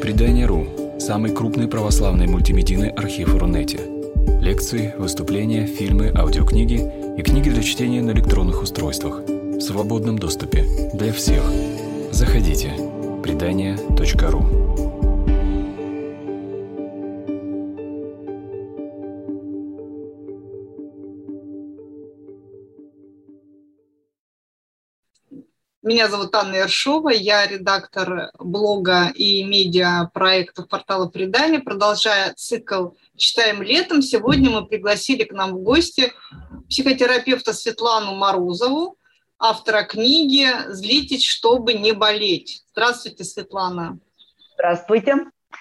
Предание.ру – самый крупный православный мультимедийный архив Рунете. Лекции, выступления, фильмы, аудиокниги и книги для чтения на электронных устройствах в свободном доступе для всех. Заходите. Предание.ру. Меня зовут Анна Ершова, я редактор блога и медиапроектов портала «Предание». Продолжая цикл «Читаем летом», сегодня мы пригласили к нам в гости психотерапевта Светлану Морозову, автора книги «Злитесь, чтобы не болеть». Здравствуйте, Светлана. Здравствуйте.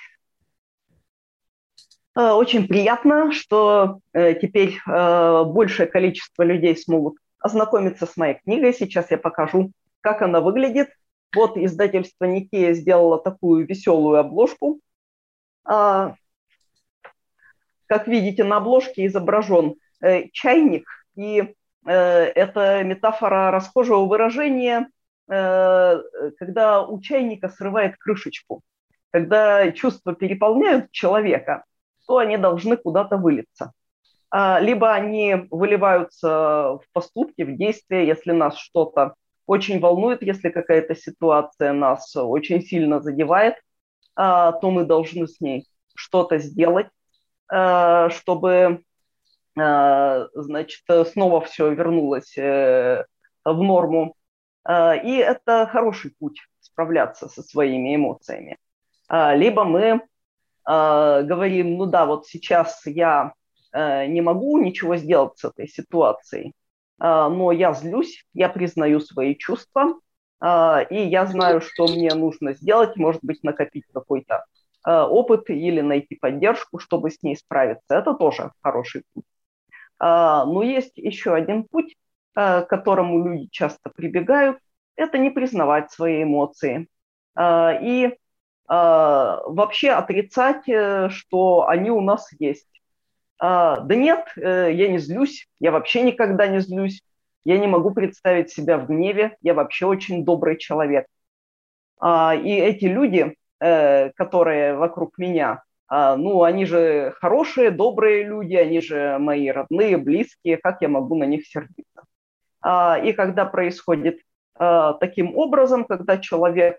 Очень приятно, что теперь большее количество людей смогут ознакомиться с моей книгой. Сейчас я покажу, как она выглядит. Вот издательство Никея сделало такую веселую обложку. Как видите, на обложке изображен чайник, и это метафора расхожего выражения, когда у чайника срывает крышечку. Когда чувства переполняют человека, то они должны куда-то вылиться. Либо они выливаются в поступки, в действия, если нас что-то очень волнует, если какая-то ситуация нас очень сильно задевает, то мы должны с ней что-то сделать, чтобы, значит, снова все вернулось в норму. И это хороший путь справляться со своими эмоциями. Либо мы говорим, ну да, вот сейчас я не могу ничего сделать с этой ситуацией, но я злюсь, я признаю свои чувства, и я знаю, что мне нужно сделать, может быть, накопить какой-то опыт или найти поддержку, чтобы с ней справиться. Это тоже хороший путь. Но есть еще один путь, к которому люди часто прибегают, это не признавать свои эмоции. И вообще отрицать, что они у нас есть. Да нет, я не злюсь, я вообще никогда не злюсь, я не могу представить себя в гневе, я вообще очень добрый человек. И эти люди, которые вокруг меня, ну, они же хорошие, добрые люди, они же мои родные, близкие, как я могу на них сердиться? И когда происходит таким образом, когда человек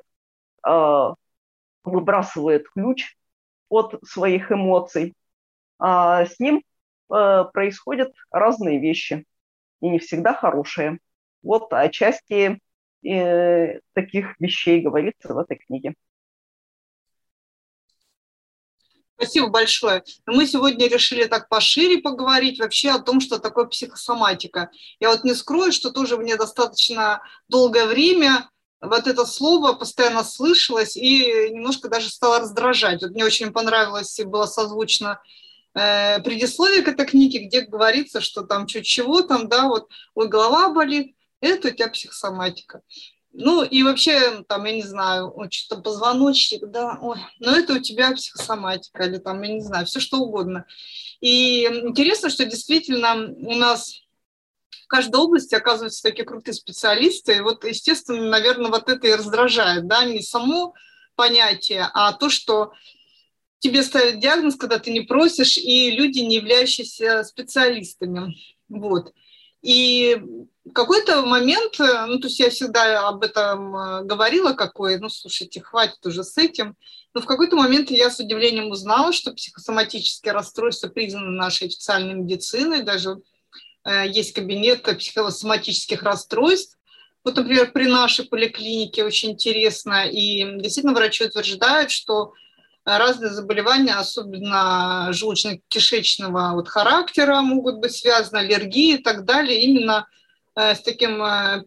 выбрасывает ключ от своих эмоций, с ним происходят разные вещи, и не всегда хорошие. Вот о части таких вещей говорится в этой книге. Спасибо большое. Мы сегодня решили так пошире поговорить вообще о том, что такое психосоматика. Я вот не скрою, что тоже мне достаточно долгое время вот это слово постоянно слышалось и немножко даже стало раздражать. Вот мне очень понравилось и было созвучно предисловие к этой книге, где говорится, что там чуть чего, там, да, вот, ой, голова болит, это у тебя психосоматика. Ну, и вообще, там, я не знаю, что-то позвоночник, да, ой, но это у тебя психосоматика, или там, я не знаю, все что угодно. И интересно, что действительно у нас в каждой области оказываются такие крутые специалисты, и вот, естественно, наверное, вот это и раздражает, да, не само понятие, а то, что тебе ставят диагноз, когда ты не просишь, и люди, не являющиеся специалистами. Вот. И в какой-то момент, ну, то есть я всегда об этом говорила, ну, слушайте, хватит уже с этим, но в какой-то момент я с удивлением узнала, что психосоматические расстройства признаны нашей официальной медициной, даже есть кабинет психосоматических расстройств. Вот, например, при нашей поликлинике очень интересно, и действительно врачи утверждают, что разные заболевания, особенно желудочно-кишечного вот характера, могут быть связаны, аллергии и так далее, именно с таким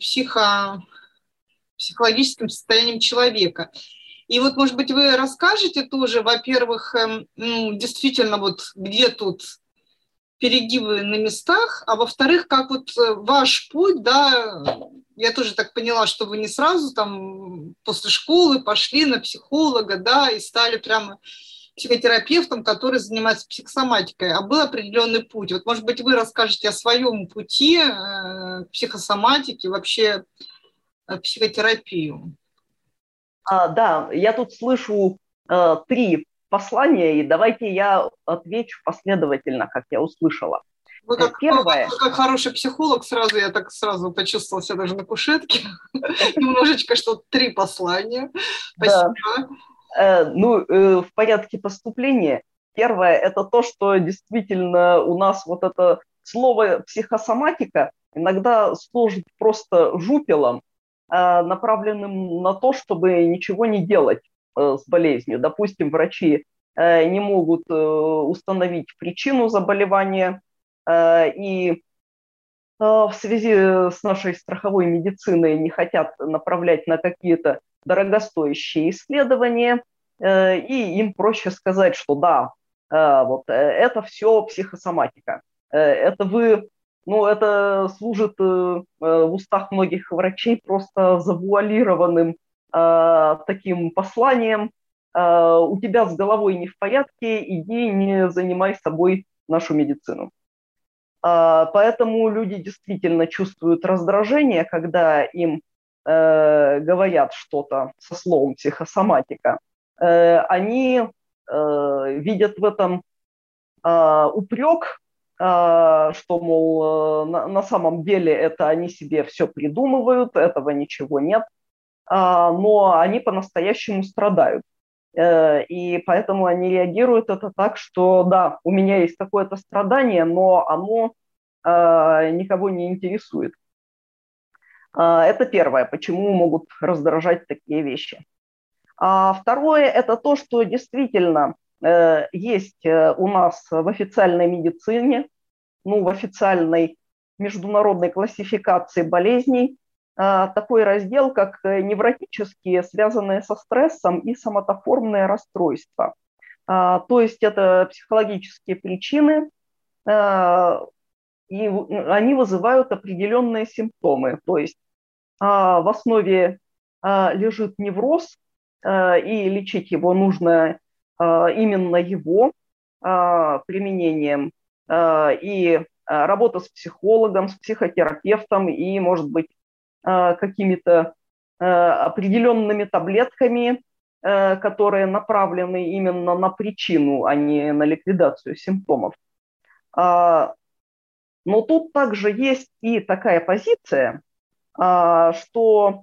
психологическим состоянием человека. И вот, может быть, вы расскажете тоже, во-первых, действительно, вот где тут перегибы на местах, а во-вторых, как вот ваш путь, да, я тоже так поняла, что вы не сразу там после школы пошли на психолога, да, и стали прямо психотерапевтом, который занимается психосоматикой, а был определенный путь. Вот, может быть, вы расскажете о своем пути психосоматики, вообще психотерапию. Да, я тут слышу три послания, и давайте я отвечу последовательно, как я услышала. Вы Первое. как хороший психолог, я так сразу почувствовала себя даже на кушетке. Немножечко, что 3 послания. Спасибо. В порядке поступления. Первое – это то, что действительно у нас вот это слово «психосоматика» иногда служит просто жупелом, направленным на то, чтобы ничего не делать с болезнью. Допустим, врачи не могут установить причину заболевания, и в связи с нашей страховой медициной не хотят направлять на какие-то дорогостоящие исследования, и им проще сказать, что да, это все психосоматика. Это служит в устах многих врачей просто завуалированным таким посланием: у тебя с головой не в порядке, иди не занимай собой нашу медицину. Поэтому люди действительно чувствуют раздражение, когда им говорят что-то со словом психосоматика. Они видят в этом упрек, что, мол, на самом деле это они себе все придумывают, этого ничего нет, но они по-настоящему страдают. И поэтому они реагируют это так, что да, у меня есть какое-то страдание, но оно никого не интересует. Это первое, почему могут раздражать такие вещи. Второе – это то, что действительно есть у нас в официальной медицине, в официальной международной классификации болезней такой раздел, как невротические, связанные со стрессом, и соматоформные расстройства. То есть это психологические причины, и они вызывают определенные симптомы. То есть в основе лежит невроз, и лечить его нужно именно его применением, и работа с психологом, с психотерапевтом, и, может быть, какими-то определенными таблетками, которые направлены именно на причину, а не на ликвидацию симптомов. Но тут также есть и такая позиция, что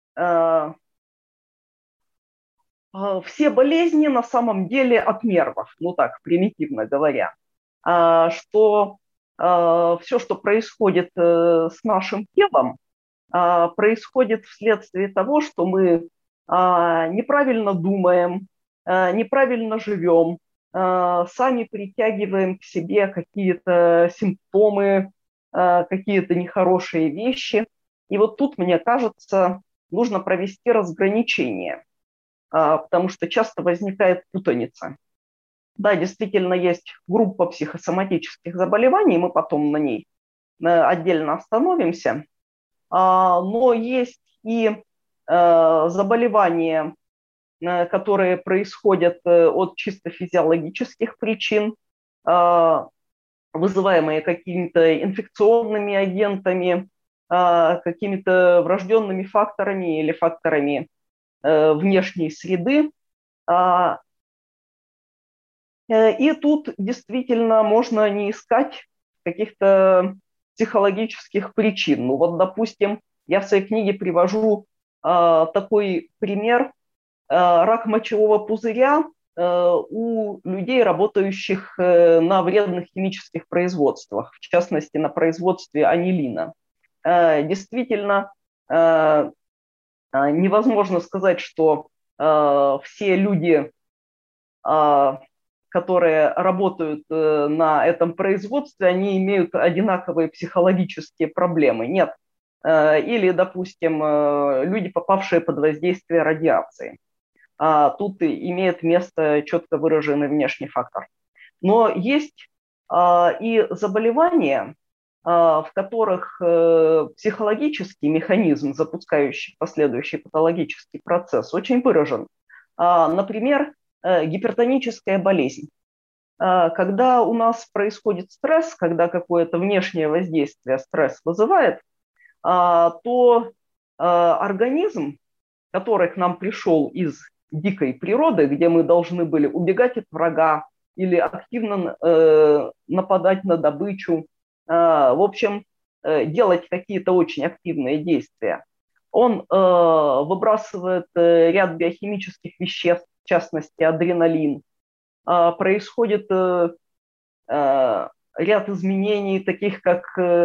все болезни на самом деле от нервов, так примитивно говоря, что все, что происходит с нашим телом, происходит вследствие того, что мы неправильно думаем, неправильно живем, сами притягиваем к себе какие-то симптомы, какие-то нехорошие вещи. И вот тут, мне кажется, нужно провести разграничение, потому что часто возникает путаница. Да, действительно есть группа психосоматических заболеваний, мы потом на ней отдельно остановимся, но есть и заболевания, которые происходят от чисто физиологических причин, вызываемые какими-то инфекционными агентами, какими-то врожденными факторами или факторами внешней среды. И тут действительно можно не искать каких-то психологических причин. Допустим, я в своей книге привожу такой пример: рак мочевого пузыря у людей, работающих на вредных химических производствах, в частности, на производстве анилина. Действительно, невозможно сказать, что все люди, которые работают на этом производстве, они имеют одинаковые психологические проблемы. Нет. Или, допустим, люди, попавшие под воздействие радиации. Тут имеет место четко выраженный внешний фактор. Но есть и заболевания, в которых психологический механизм, запускающий последующий патологический процесс, очень выражен. Например, гипертоническая болезнь. Когда у нас происходит стресс, когда какое-то внешнее воздействие стресс вызывает, то организм, который к нам пришел из дикой природы, где мы должны были убегать от врага или активно нападать на добычу, в общем, делать какие-то очень активные действия. Он выбрасывает ряд биохимических веществ, в частности адреналин. Происходит ряд изменений, таких как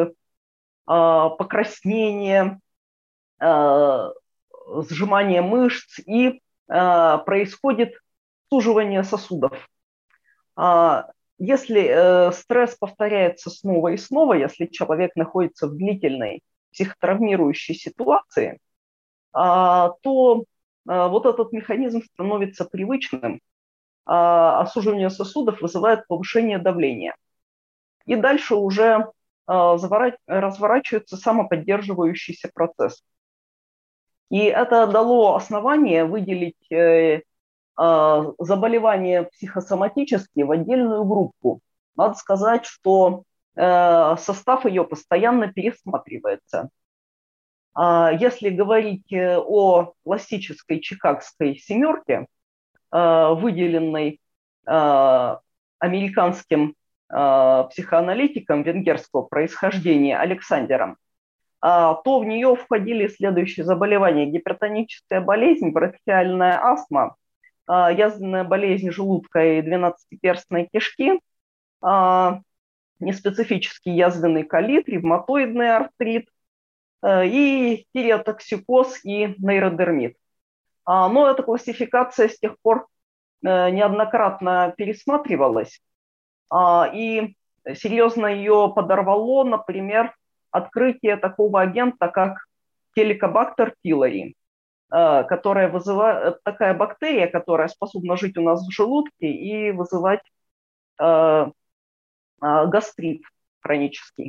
покраснение, сжимание мышц, и происходит суживание сосудов. Если стресс повторяется снова и снова, если человек находится в длительной психотравмирующей ситуации, то вот этот механизм становится привычным, а суживание сосудов вызывает повышение давления. И дальше уже разворачивается самоподдерживающийся процесс. И это дало основание выделить заболевания психосоматические в отдельную группу. Надо сказать, что состав ее постоянно пересматривается. Если говорить о классической чикагской семерке, выделенной американским психоаналитиком венгерского происхождения Александером, то в нее входили следующие заболевания: гипертоническая болезнь, бронхиальная астма, язвенная болезнь желудка и двенадцатиперстной кишки, неспецифический язвенный колит, ревматоидный артрит и тиреотоксикоз и нейродермит. Но эта классификация с тех пор неоднократно пересматривалась, и серьезно ее подорвало, например, открытие такого агента, как Helicobacter pylori, которая вызывает, такая бактерия, которая способна жить у нас в желудке и вызывать гастрит хронический.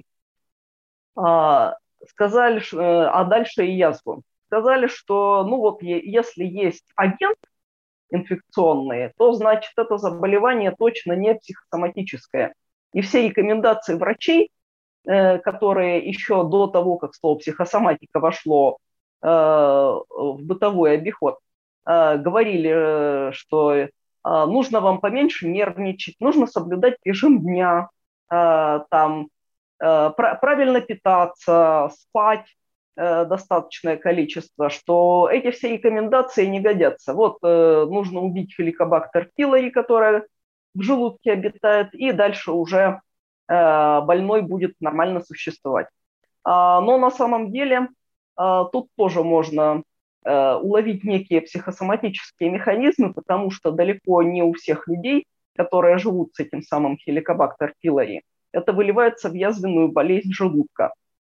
Сказали, а дальше и язву. Сказали, что ну вот, если есть агент инфекционный, то значит это заболевание точно не психосоматическое. И все рекомендации врачей, которые еще до того, как слово психосоматика вошло в бытовой обиход, говорили, что нужно вам поменьше нервничать, нужно соблюдать режим дня, там, правильно питаться, спать достаточное количество, что эти все рекомендации не годятся. Вот нужно убить Helicobacter pylori, которая в желудке обитает, и дальше уже больной будет нормально существовать. Но на самом деле тут тоже можно уловить некие психосоматические механизмы, потому что далеко не у всех людей, которые живут с этим самым Helicobacter pylori, это выливается в язвенную болезнь желудка.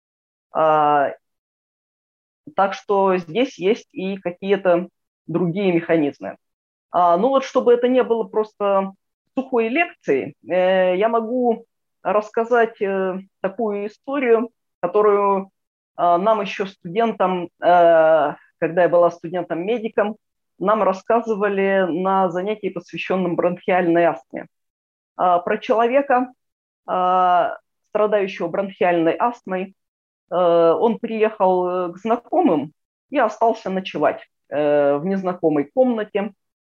Так что здесь есть и какие-то другие механизмы. Ну вот, чтобы это не было просто сухой лекцией, я могу рассказать такую историю, которую нам еще студентам, когда я была студентом-медиком, нам рассказывали на занятии, посвященном бронхиальной астме. Про человека, страдающего бронхиальной астмой. Он приехал к знакомым и остался ночевать в незнакомой комнате.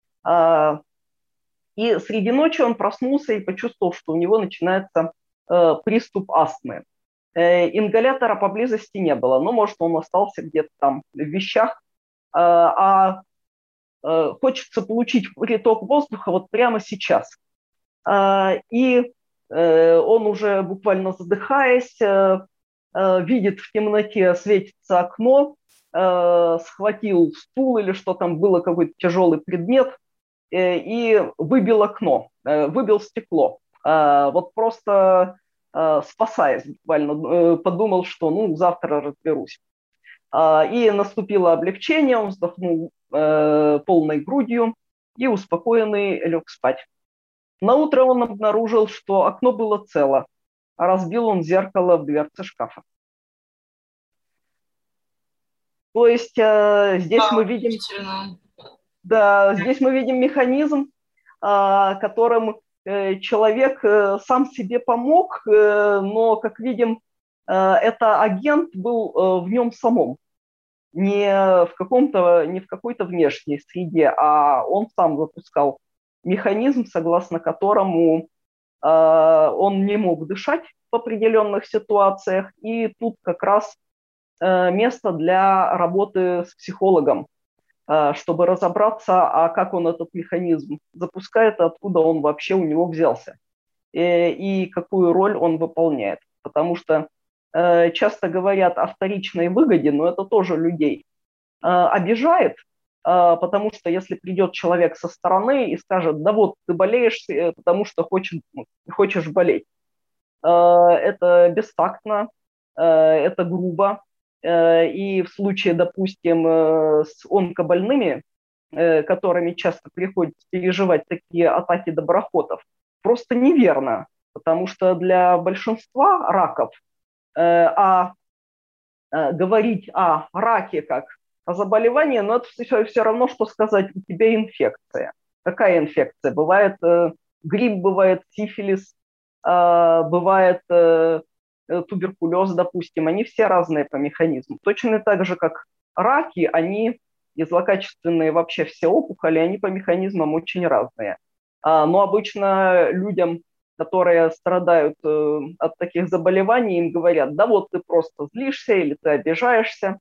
И среди ночи он проснулся и почувствовал, что у него начинается приступ астмы. Ингалятора поблизости не было, но, может, он остался где-то там в вещах. Хочется получить приток воздуха вот прямо сейчас. И он уже буквально задыхаясь, видит в темноте, светится окно, схватил стул или что там было, какой-то тяжелый предмет, и выбил окно, выбил стекло. Вот просто спасаясь буквально, подумал, что ну завтра разберусь. И наступило облегчение, он вздохнул полной грудью и успокоенный лег спать. Наутро он обнаружил, что окно было цело, а разбил он зеркало в дверце шкафа. То есть здесь мы видим, здесь мы видим механизм, которым человек сам себе помог, но, как видим, это агент был в нем самом. не в какой-то внешней среде, а он сам запускал механизм, согласно которому он не мог дышать в определенных ситуациях, и тут как раз место для работы с психологом, чтобы разобраться, а как он этот механизм запускает, откуда он вообще у него взялся, и какую роль он выполняет. Потому что часто говорят о вторичной выгоде, но это тоже людей обижает, потому что если придет человек со стороны и скажет, да вот ты болеешь, потому что хочешь болеть, это бестактно, это грубо, и в случае, допустим, с онкобольными, которыми часто приходится переживать такие атаки доброхотов, просто неверно, потому что для большинства раков говорить о раке как о заболевании, но это все равно, что сказать, у тебя инфекция. Какая инфекция? Бывает грипп, бывает сифилис, бывает туберкулез, допустим. Они все разные по механизму. Точно так же, как раки, они и злокачественные вообще все опухоли, они по механизмам очень разные. Но обычно людям, которые страдают от таких заболеваний, им говорят, да вот ты просто злишься или ты обижаешься.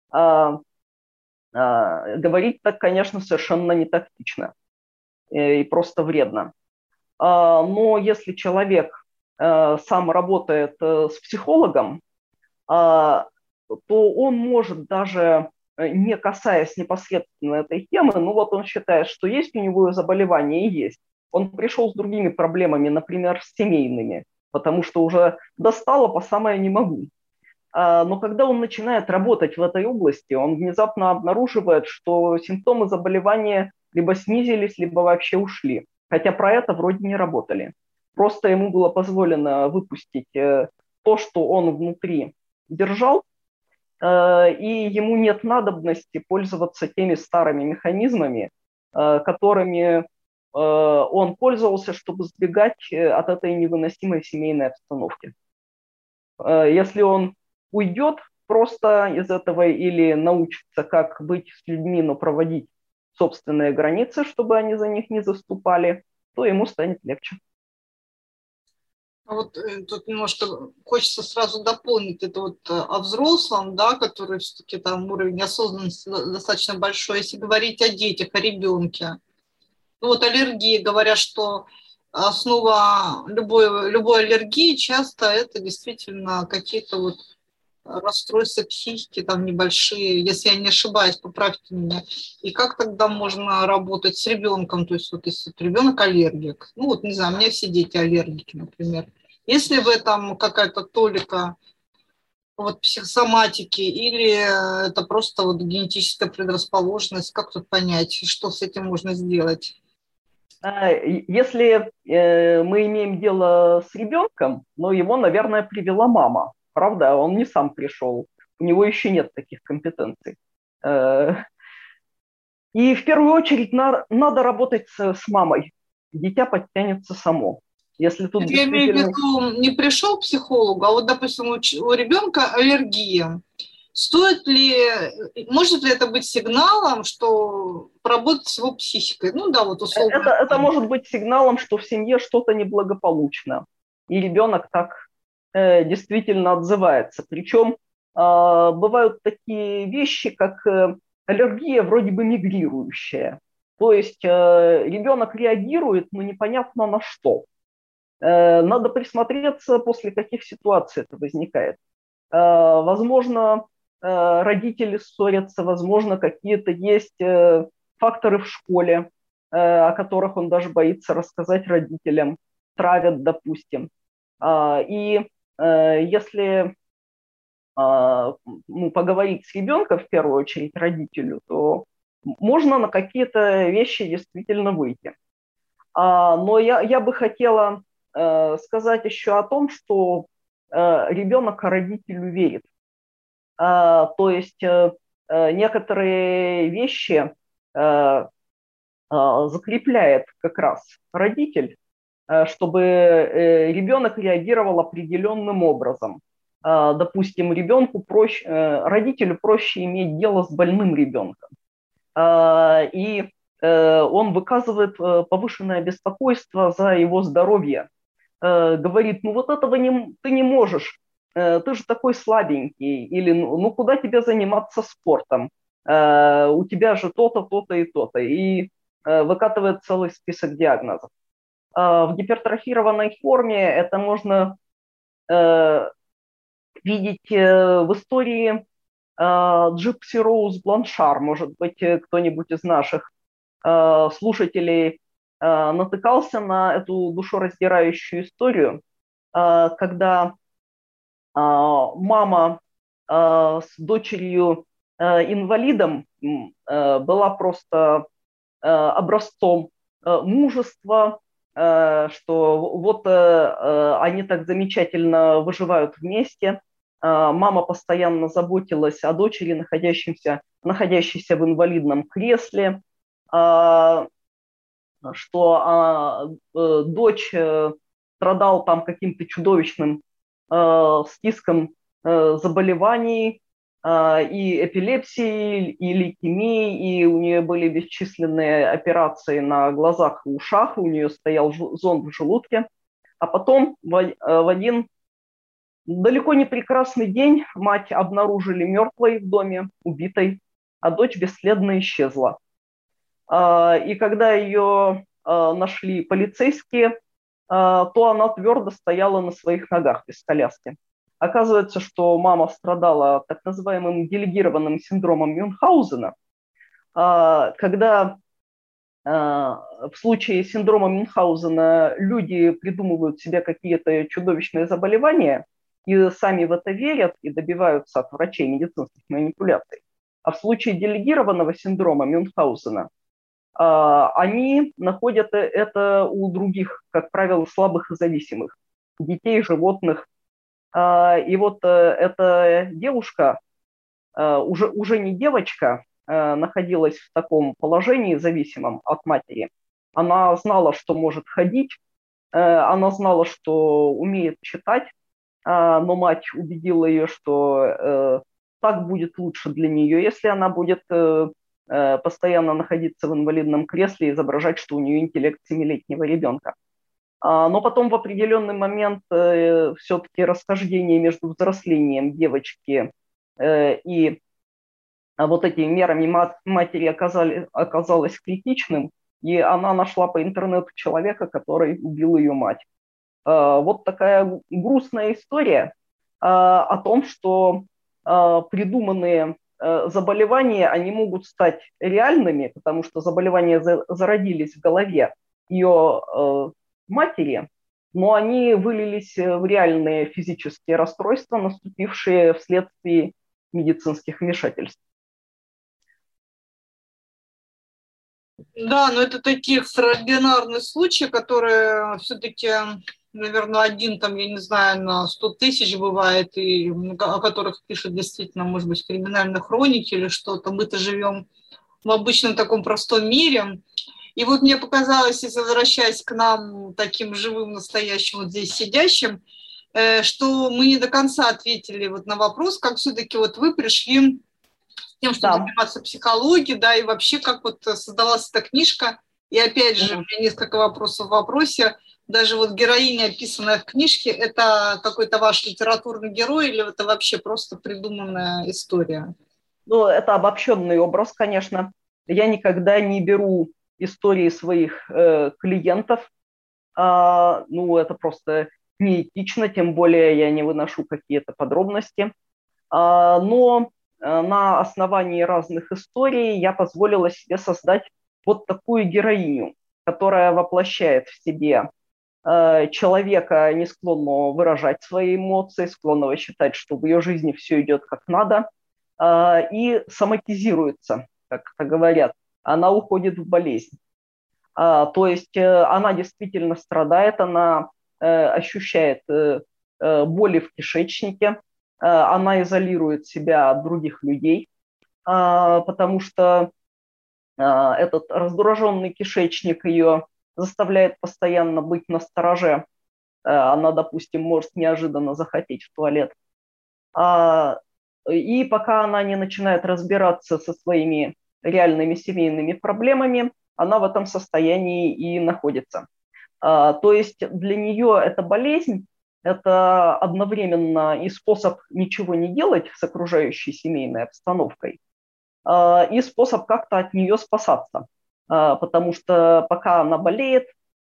Говорить так, конечно, совершенно не тактично и просто вредно. Но если человек сам работает с психологом, то он может даже, не касаясь непосредственно этой темы, ну вот он считает, что есть у него заболевание и есть. Он пришел с другими проблемами, например, с семейными, потому что уже достало по самое не могу. Но когда он начинает работать в этой области, он внезапно обнаруживает, что симптомы заболевания либо снизились, либо вообще ушли. Хотя про это вроде не работали. Просто ему было позволено выпустить то, что он внутри держал, и ему нет надобности пользоваться теми старыми механизмами, которыми он пользовался, чтобы сбегать от этой невыносимой семейной обстановки. Если он уйдет просто из этого или научится, как быть с людьми, но проводить собственные границы, чтобы они за них не заступали, то ему станет легче. Вот тут немножко хочется сразу дополнить это вот о взрослом, да, который все-таки там уровень осознанности достаточно большой. Если говорить о детях, о ребенке, ну вот аллергии, говорят, что основа любой аллергии часто это действительно какие-то вот расстройства психики там небольшие, если я не ошибаюсь, поправьте меня. И как тогда можно работать с ребенком? То есть вот если ребенок аллергик, ну вот не знаю, у меня все дети аллергики, например. Если в этом какая-то толика вот психосоматики или это просто вот генетическая предрасположенность, как тут понять, что с этим можно сделать? Если мы имеем дело с ребенком, но его, наверное, привела мама. Правда, он не сам пришел, у него еще нет таких компетенций. И в первую очередь надо работать с мамой. Дитя подтянется само. Если тут Я имею в действительно... виду, не пришел к психологу, а вот, допустим, у ребенка аллергия. Может ли это быть сигналом, что поработать с его психикой? Ну да, вот условно. Это может быть сигналом, что в семье что-то неблагополучно. И ребенок так действительно отзывается. Причем бывают такие вещи, как аллергия вроде бы мигрирующая. То есть ребенок реагирует, но непонятно на что. Надо присмотреться, после каких ситуаций это возникает. Возможно, родители ссорятся, возможно, какие-то есть факторы в школе, о которых он даже боится рассказать родителям, травят, допустим. И если поговорить с ребенком, в первую очередь родителю, то можно на какие-то вещи действительно выйти. Но я бы хотела сказать еще о том, что ребенок родителю верит. То есть некоторые вещи закрепляет как раз родитель, чтобы ребенок реагировал определенным образом. Допустим, родителю проще иметь дело с больным ребенком. И он выказывает повышенное беспокойство за его здоровье. Говорит, ну вот этого ты не можешь, ты же такой слабенький, или ну куда тебе заниматься спортом, у тебя же то-то, то-то и то-то, и выкатывает целый список диагнозов. В гипертрофированной форме это можно видеть в истории Джипси Роуз Бланшар, может быть, кто-нибудь из наших слушателей натыкался на эту душераздирающую историю, когда мама с дочерью-инвалидом была просто образцом мужества, что вот они так замечательно выживают вместе. Мама постоянно заботилась о дочери, находящейся в инвалидном кресле, что дочь страдал там каким-то чудовищным списком заболеваний, и эпилепсии, и лейкемии, и у нее были бесчисленные операции на глазах и ушах, у нее стоял зонд в желудке. А потом в один далеко не прекрасный день мать обнаружили мертвой в доме, убитой, а дочь бесследно исчезла. И когда ее нашли полицейские, то она твердо стояла на своих ногах без коляски. Оказывается, что мама страдала так называемым делегированным синдромом Мюнхгаузена, когда в случае синдрома Мюнхгаузена люди придумывают себе какие-то чудовищные заболевания и сами в это верят и добиваются от врачей медицинских манипуляций. А в случае делегированного синдрома Мюнхгаузена они находят это у других, как правило, слабых и зависимых, детей, животных. И вот эта девушка, уже не девочка, находилась в таком положении зависимом от матери. Она знала, что может ходить, она знала, что умеет читать, но мать убедила ее, что так будет лучше для нее, если она будет постоянно находиться в инвалидном кресле и изображать, что у нее интеллект 7-летнего ребенка. Но потом в определенный момент все-таки расхождение между взрослением девочки и вот этими мерами матери оказалось критичным, и она нашла по интернету человека, который убил ее мать. Вот такая грустная история о том, что придуманные заболевания, они могут стать реальными, потому что заболевания зародились в голове ее матери, но они вылились в реальные физические расстройства, наступившие вследствие медицинских вмешательств. Да, но это такие экстраординарные случаи, которые все-таки, наверное, один там, я не знаю, на 100 тысяч бывает, и о которых пишут действительно, может быть, криминальные хроники или что-то. Мы-то живем в обычном таком простом мире. И вот мне показалось, если возвращаясь к нам таким живым, настоящим, вот здесь сидящим, что мы не до конца ответили вот на вопрос, как все-таки вот вы пришли тем, чтобы заниматься психологией, да, и вообще как вот создалась эта книжка. И опять же, у меня несколько вопросов в вопросе. Даже вот героиня, описанная в книжке, это какой-то ваш литературный герой или это вообще просто придуманная история? Ну, это обобщенный образ, конечно. Я никогда не беру истории своих клиентов. Ну, это просто неэтично, тем более я не выношу какие-то подробности. Но на основании разных историй я позволила себе создать вот такую героиню, которая воплощает в себе человека, не склонного выражать свои эмоции, склонного считать, что в ее жизни все идет как надо, и соматизируется, как это говорят, она уходит в болезнь. То есть она действительно страдает, она ощущает боли в кишечнике, она изолирует себя от других людей, потому что этот раздраженный кишечник ее заставляет постоянно быть настороже. Она, допустим, может неожиданно захотеть в туалет. И пока она не начинает разбираться со своими реальными семейными проблемами, она в этом состоянии и находится. То есть для нее эта болезнь, это одновременно и способ ничего не делать с окружающей семейной обстановкой, и способ как-то от нее спасаться. Потому что пока она болеет,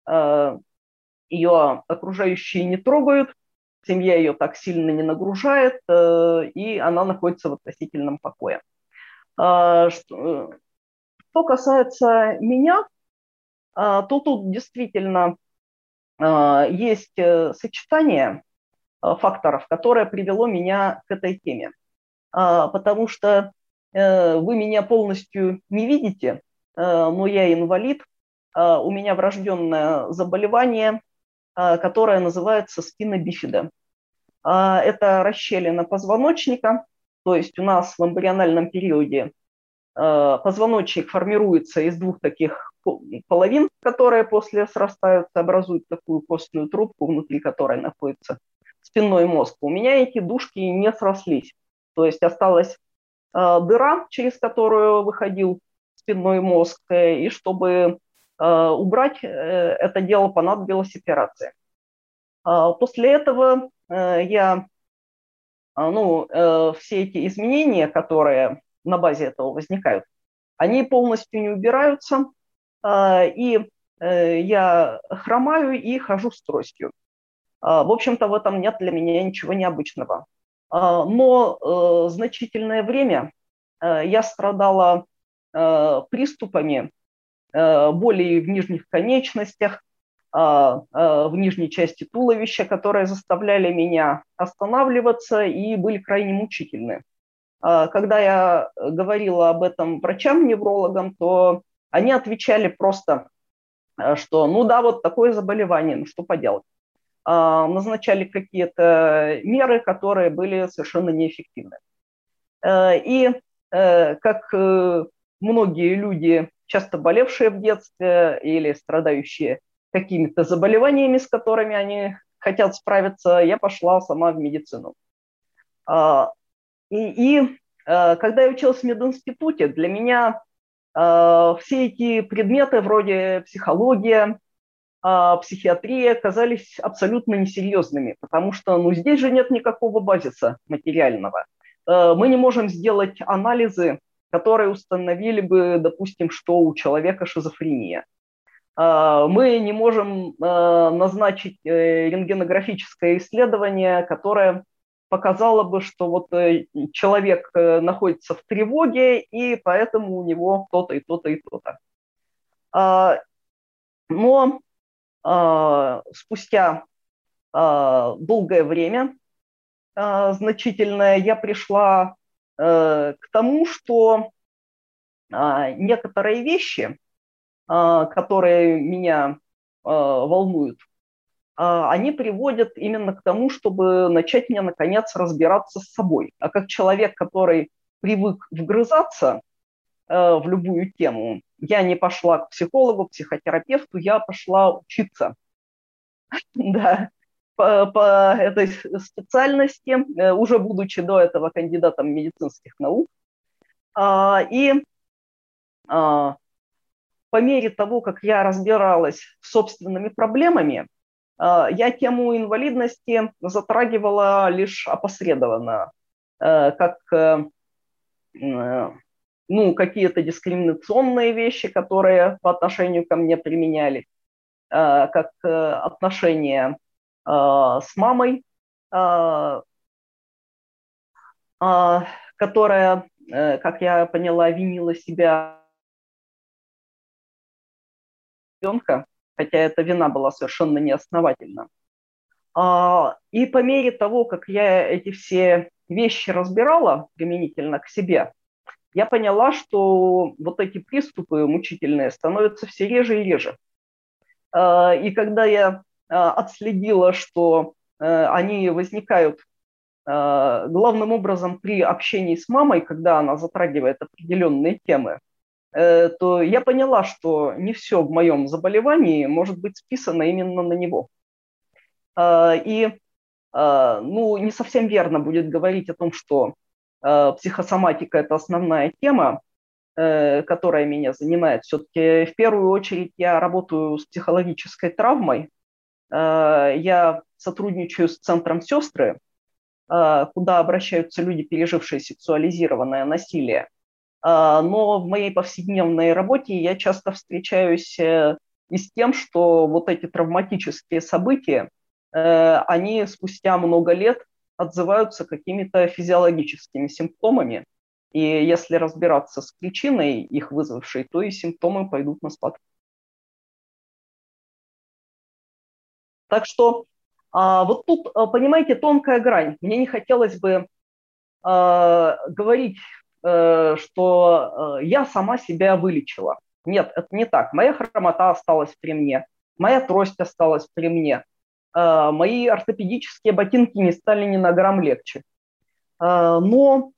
ее окружающие не трогают, семья ее так сильно не нагружает, и она находится в относительном покое. Что касается меня, то тут действительно есть сочетание факторов, которое привело меня к этой теме. Потому что вы меня полностью не видите, но я инвалид, у меня врожденное заболевание, которое называется спина бифида. Это расщелина позвоночника, то есть у нас в эмбриональном периоде позвоночник формируется из двух таких половин, которые после срастаются, образуют такую костную трубку, внутри которой находится спинной мозг. У меня эти дужки не срослись, то есть осталась дыра, через которую выходил спинной мозг, и чтобы убрать это дело, понадобилась операция. После этого я, все эти изменения, которые на базе этого возникают, они полностью не убираются, и я хромаю и хожу с тростью. В общем-то, в этом нет для меня ничего необычного. Но значительное время я страдала приступами боли в нижних конечностях, в нижней части туловища, которые заставляли меня останавливаться и были крайне мучительны. Когда я говорила об этом врачам-неврологам, то они отвечали просто, что ну да, вот такое заболевание, ну что поделать. Назначали какие-то меры, которые были совершенно неэффективны. И как многие люди, часто болевшие в детстве или страдающие какими-то заболеваниями, с которыми они хотят справиться, я пошла сама в медицину. И когда я училась в мединституте, для меня все эти предметы вроде психология, психиатрия казались абсолютно несерьезными, потому что здесь же нет никакого базиса материального. Мы не можем сделать анализы, которые установили бы, допустим, что у человека шизофрения. Мы не можем назначить рентгенографическое исследование, которое показало бы, что вот человек находится в тревоге, и поэтому у него то-то и то-то и то-то. Но спустя долгое время, значительное, я пришла к тому, что некоторые вещи, которые меня волнуют, они приводят именно к тому, чтобы начать мне, наконец, разбираться с собой. А как человек, который привык вгрызаться в любую тему, я не пошла к психологу, психотерапевту, я пошла учиться. Да, по этой специальности, уже будучи до этого кандидатом медицинских наук. И по мере того, как я разбиралась с собственными проблемами, я тему инвалидности затрагивала лишь опосредованно, как какие-то дискриминационные вещи, которые по отношению ко мне применяли, как отношения с мамой, которая, как я поняла, винила себя ребенка, хотя эта вина была совершенно неосновательна. И по мере того, как я эти все вещи разбирала применительно к себе, я поняла, что вот эти приступы мучительные становятся все реже и реже. И когда я отследила, что они возникают главным образом при общении с мамой, когда она затрагивает определенные темы, то я поняла, что не все в моем заболевании может быть списано именно на него. И Ну, не совсем верно будет говорить о том, что психосоматика – это основная тема, которая меня занимает. Все-таки в первую очередь я работаю с психологической травмой. Я сотрудничаю с центром «Сестры», куда обращаются люди, пережившие сексуализированное насилие. Но в моей повседневной работе я часто встречаюсь и с тем, что вот эти травматические события, они спустя много лет отзываются какими-то физиологическими симптомами. И если разбираться с причиной их вызвавшей, то и симптомы пойдут на спад. Так что вот тут, понимаете, тонкая грань. Мне не хотелось бы говорить, что я сама себя вылечила. Нет, это не так. Моя хромота осталась при мне, моя трость осталась при мне, мои ортопедические ботинки не стали ни на грамм легче. Но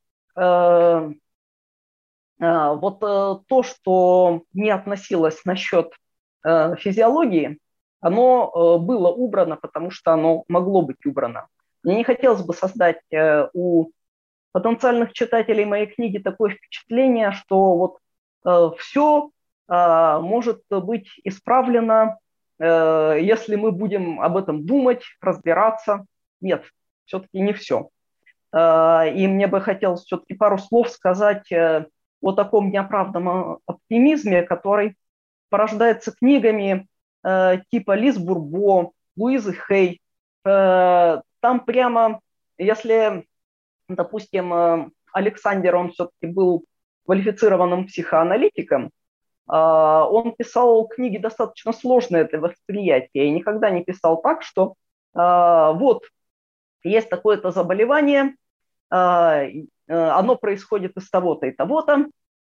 вот то, что не относилось насчет физиологии, оно было убрано, потому что оно могло быть убрано. Мне не хотелось бы создать у потенциальных читателей моей книги такое впечатление, что вот все может быть исправлено, если мы будем об этом думать, разбираться. Нет, все-таки не все. И мне бы хотелось все-таки пару слов сказать о таком неоправданном оптимизме, который порождается книгами типа Лиз Бурбо, Луизы Хей. Там прямо, если, допустим, Александр, он все-таки был квалифицированным психоаналитиком, он писал книги достаточно сложные для восприятия и никогда не писал так, что вот есть такое-то заболевание, оно происходит из того-то и того-то,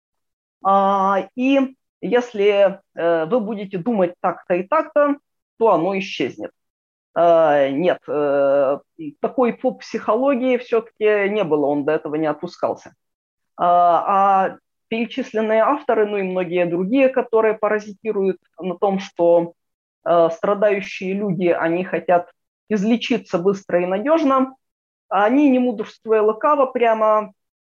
и если вы будете думать так-то и так-то, то оно исчезнет. Нет, такой по психологии все-таки не было, он до этого не опускался. А перечисленные авторы, ну и многие другие, которые паразитируют на том, что страдающие люди, они хотят излечиться быстро и надежно, они, не мудрствуя лукаво, прямо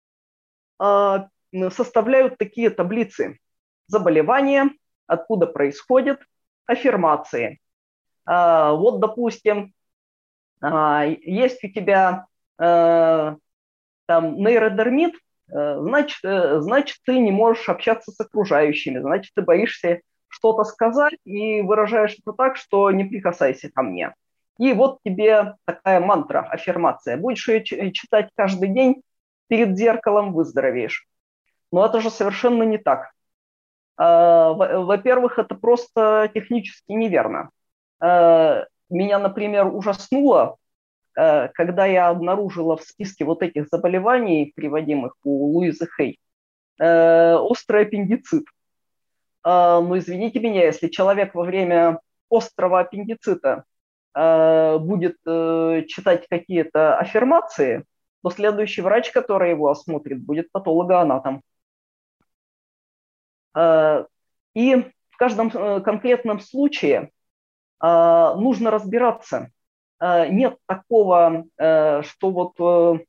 составляют такие таблицы: заболевания, откуда происходят, аффирмации. Вот, допустим, есть у тебя там нейродермит, значит, ты не можешь общаться с окружающими, значит, ты боишься что-то сказать и выражаешь это так, что не прикасайся ко мне. И вот тебе такая мантра, аффирмация. Будешь ее читать каждый день перед зеркалом, выздоровеешь. Но это же совершенно не так. Во-первых, это просто технически неверно. Меня, например, ужаснуло, когда я обнаружила в списке вот этих заболеваний, приводимых у Луизы Хей, острый аппендицит. Но извините меня, если человек во время острого аппендицита будет читать какие-то аффирмации, то следующий врач, который его осмотрит, будет патологоанатом. И в каждом конкретном случае нужно разбираться. Нет такого, что вот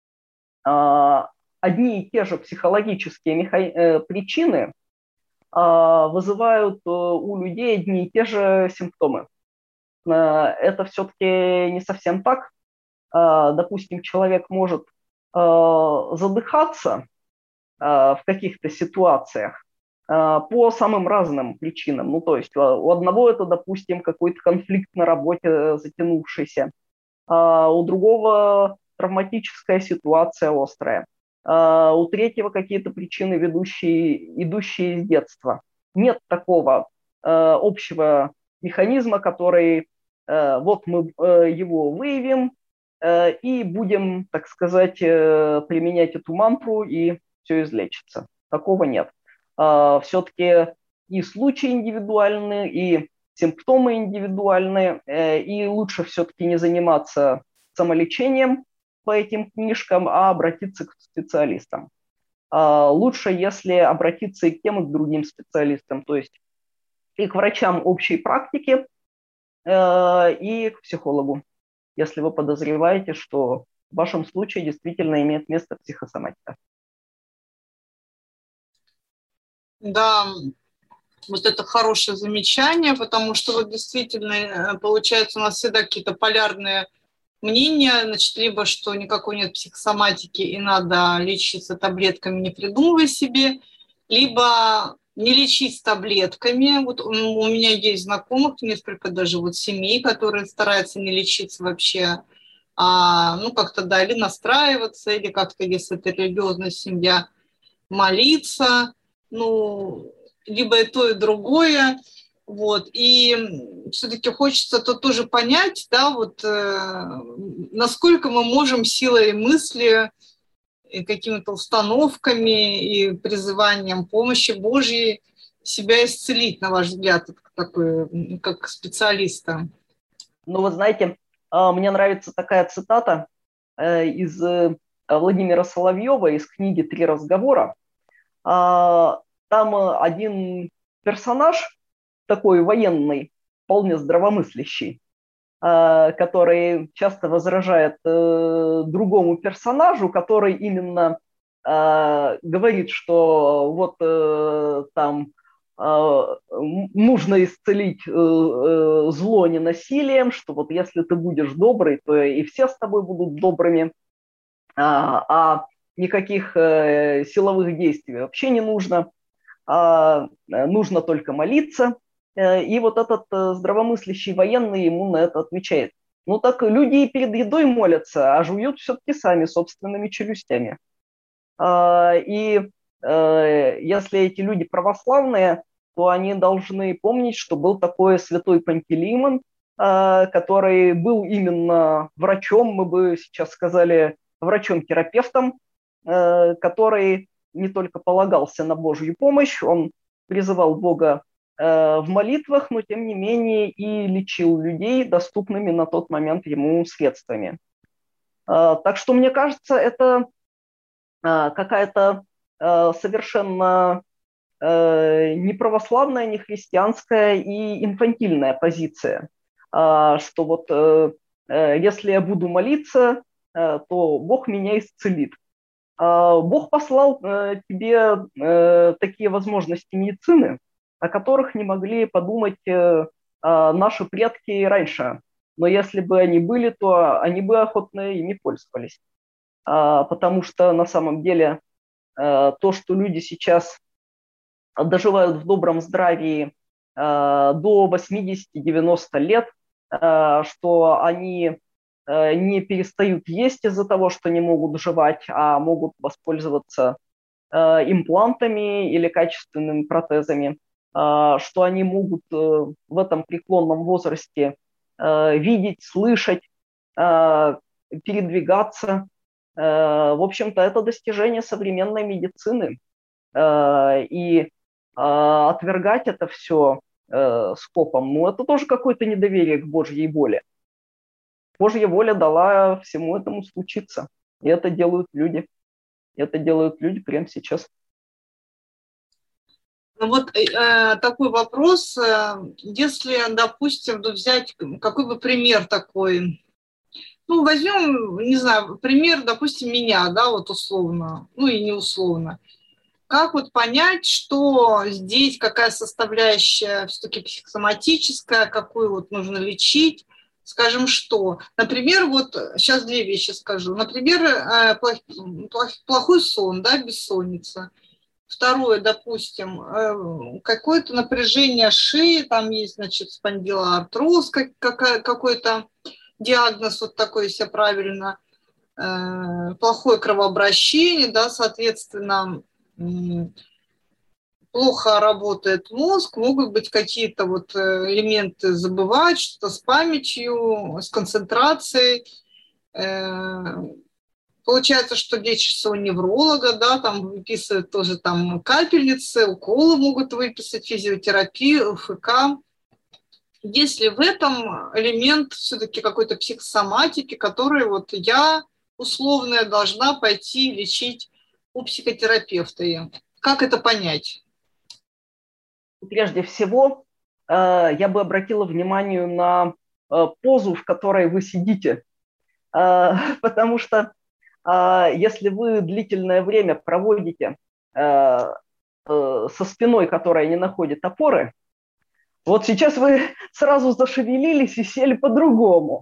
одни и те же психологические причины вызывают у людей одни и те же симптомы. Это все-таки не совсем так. Допустим, человек может задыхаться в каких-то ситуациях по самым разным причинам. Ну, то есть у одного это, допустим, какой-то конфликт на работе затянувшийся, у другого травматическая ситуация острая, у третьего какие-то причины, идущие из детства. Нет такого общего механизма, который вот мы его выявим и будем, так сказать, применять эту мантру, и все излечится. Такого нет. Все-таки и случаи индивидуальные, и симптомы индивидуальные, и лучше все-таки не заниматься самолечением по этим книжкам, а обратиться к специалистам. Лучше, если обратиться и к тем, и к другим специалистам, то есть и к врачам общей практики, и к психологу, если вы подозреваете, что в вашем случае действительно имеет место психосоматика. Да, вот это хорошее замечание, потому что вот действительно, получается, у нас всегда какие-то полярные мнения, значит, либо что никакой нет психосоматики и надо лечиться таблетками, не придумывая себе, либо не лечить таблетками. Вот у меня есть знакомых, несколько даже вот семей, которые стараются не лечиться вообще, ну как-то, да, или настраиваться, или как-то, если это религиозная семья, молиться, ну, либо и то, и другое. Вот. И все-таки хочется то тоже понять, да, вот, насколько мы можем силой мысли, и какими-то установками и призыванием помощи Божьей себя исцелить, на ваш взгляд, такой, как специалиста. Ну, вы знаете, мне нравится такая цитата из Владимира Соловьева из книги «Три разговора». Там один персонаж, такой военный, вполне здравомыслящий, который часто возражает другому персонажу, который именно говорит, что вот там нужно исцелить зло не насилием, что вот если ты будешь добрый, то и все с тобой будут добрыми, а никаких силовых действий вообще не нужно, нужно только молиться. И вот этот здравомыслящий военный ему на это отвечает: ну так люди и перед едой молятся, а жуют все-таки сами собственными челюстями. И если эти люди православные, то они должны помнить, что был такой святой Пантелеймон, который был именно врачом, мы бы сейчас сказали, врачом-терапевтом, который не только полагался на Божью помощь, он призывал Бога в молитвах, но тем не менее и лечил людей доступными на тот момент ему средствами. Так что, мне кажется, это какая-то совершенно не православная, не христианская и инфантильная позиция, что вот если я буду молиться, то Бог меня исцелит. Бог послал тебе такие возможности медицины, о которых не могли подумать наши предки раньше. Но если бы они были, то они бы охотно ими пользовались. Потому что на самом деле то, что люди сейчас доживают в добром здравии до 80-90 лет, что они не перестают есть из-за того, что не могут жевать, а могут воспользоваться имплантами или качественными протезами, что они могут в этом преклонном возрасте видеть, слышать, передвигаться. В общем-то, это достижение современной медицины. И отвергать это все скопом, ну, это тоже какое-то недоверие к Божьей воле. Божья воля дала всему этому случиться. И это делают люди. Это делают люди прямо сейчас. Ну вот такой вопрос. Если, допустим, взять какой бы пример такой, ну, возьмем, не знаю, пример, допустим, меня, да, вот условно, ну и не условно. Как вот понять, что здесь какая составляющая все-таки психосоматическая, какую вот нужно лечить? Скажем, что? Например, вот сейчас две вещи скажу. Например, плохой сон, да, бессонница. Второе, допустим, какое-то напряжение шеи, там есть, значит, спондилоартроз, какой-то диагноз вот такой, если правильно, плохое кровообращение, да, соответственно, плохо работает мозг, могут быть какие-то вот элементы забывать, что-то с памятью, с концентрацией. Получается, что лечится у невролога, да, там выписывают тоже там капельницы, уколы могут выписать, физиотерапию, ФК. Есть ли в этом элемент все-таки какой-то психосоматики, который вот я условная должна пойти лечить у психотерапевта? Как это понять? Прежде всего, я бы обратила внимание на позу, в которой вы сидите, Потому что если вы длительное время проводите со спиной, которая не находит опоры, вот сейчас вы сразу зашевелились и сели по-другому,